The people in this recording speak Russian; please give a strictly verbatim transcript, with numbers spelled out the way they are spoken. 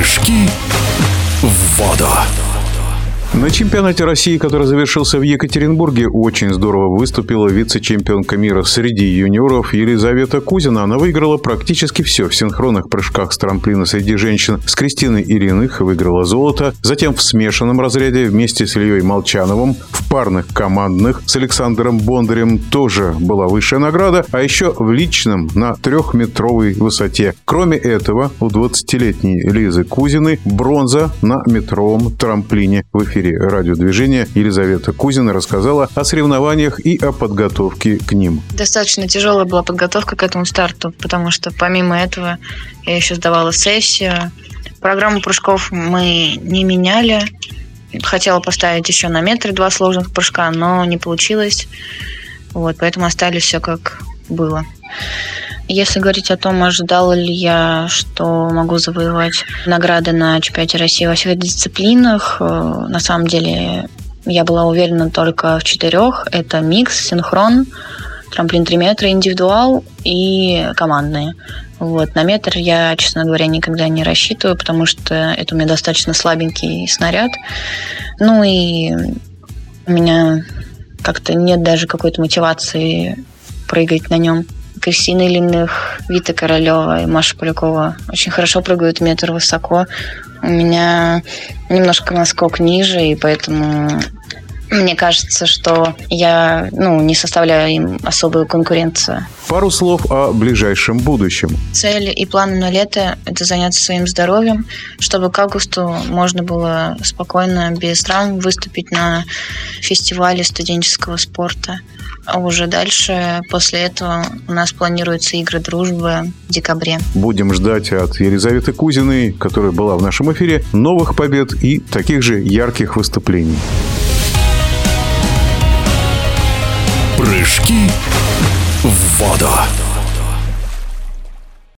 Прыжки в воду. На чемпионате России, который завершился в Екатеринбурге, очень здорово выступила вице-чемпионка мира среди юниоров Елизавета Кузина. Она выиграла практически все. В синхронных прыжках с трамплина среди женщин с Кристиной Ильиных выиграла золото. Затем в смешанном разряде вместе с Ильей Молчановым. В парных командных с Александром Бондарем тоже была высшая награда. А еще в личном на трехметровой высоте. Кроме этого, у двадцатилетней Лизы Кузиной бронза на метровом трамплине. В эфире радиодвижения Елизавета Кузина рассказала о соревнованиях и о подготовке к ним. Достаточно тяжелая была подготовка к этому старту, потому что помимо этого я еще сдавала сессию. Программу прыжков мы не меняли. Хотела поставить еще на метр два сложных прыжка, но не получилось. Вот, поэтому оставили все как было. Если говорить о том, ожидала ли я, что могу завоевать награды на чемпионате России во всех дисциплинах, на самом деле я была уверена только в четырех. Это микс, синхрон, трамплин три метра, индивидуал и командные. Вот. На метр я, честно говоря, никогда не рассчитываю, потому что это у меня достаточно слабенький снаряд. Ну и у меня как-то нет даже какой-то мотивации прыгать на нем. Кристина Ильиных, Вита Королева и Маша Полякова очень хорошо прыгают метр высоко. У меня немножко наскок ниже, и поэтому мне кажется, что я ну, не составляю им особую конкуренцию. Пару слов о ближайшем будущем. Цель и планы на лето – это заняться своим здоровьем, чтобы к августу можно было спокойно, без травм выступить на фестивале студенческого спорта. А уже дальше, после этого, у нас планируются игры дружбы в декабре. Будем ждать от Елизаветы Кузиной, которая была в нашем эфире, новых побед и таких же ярких выступлений. Прыжки в воду.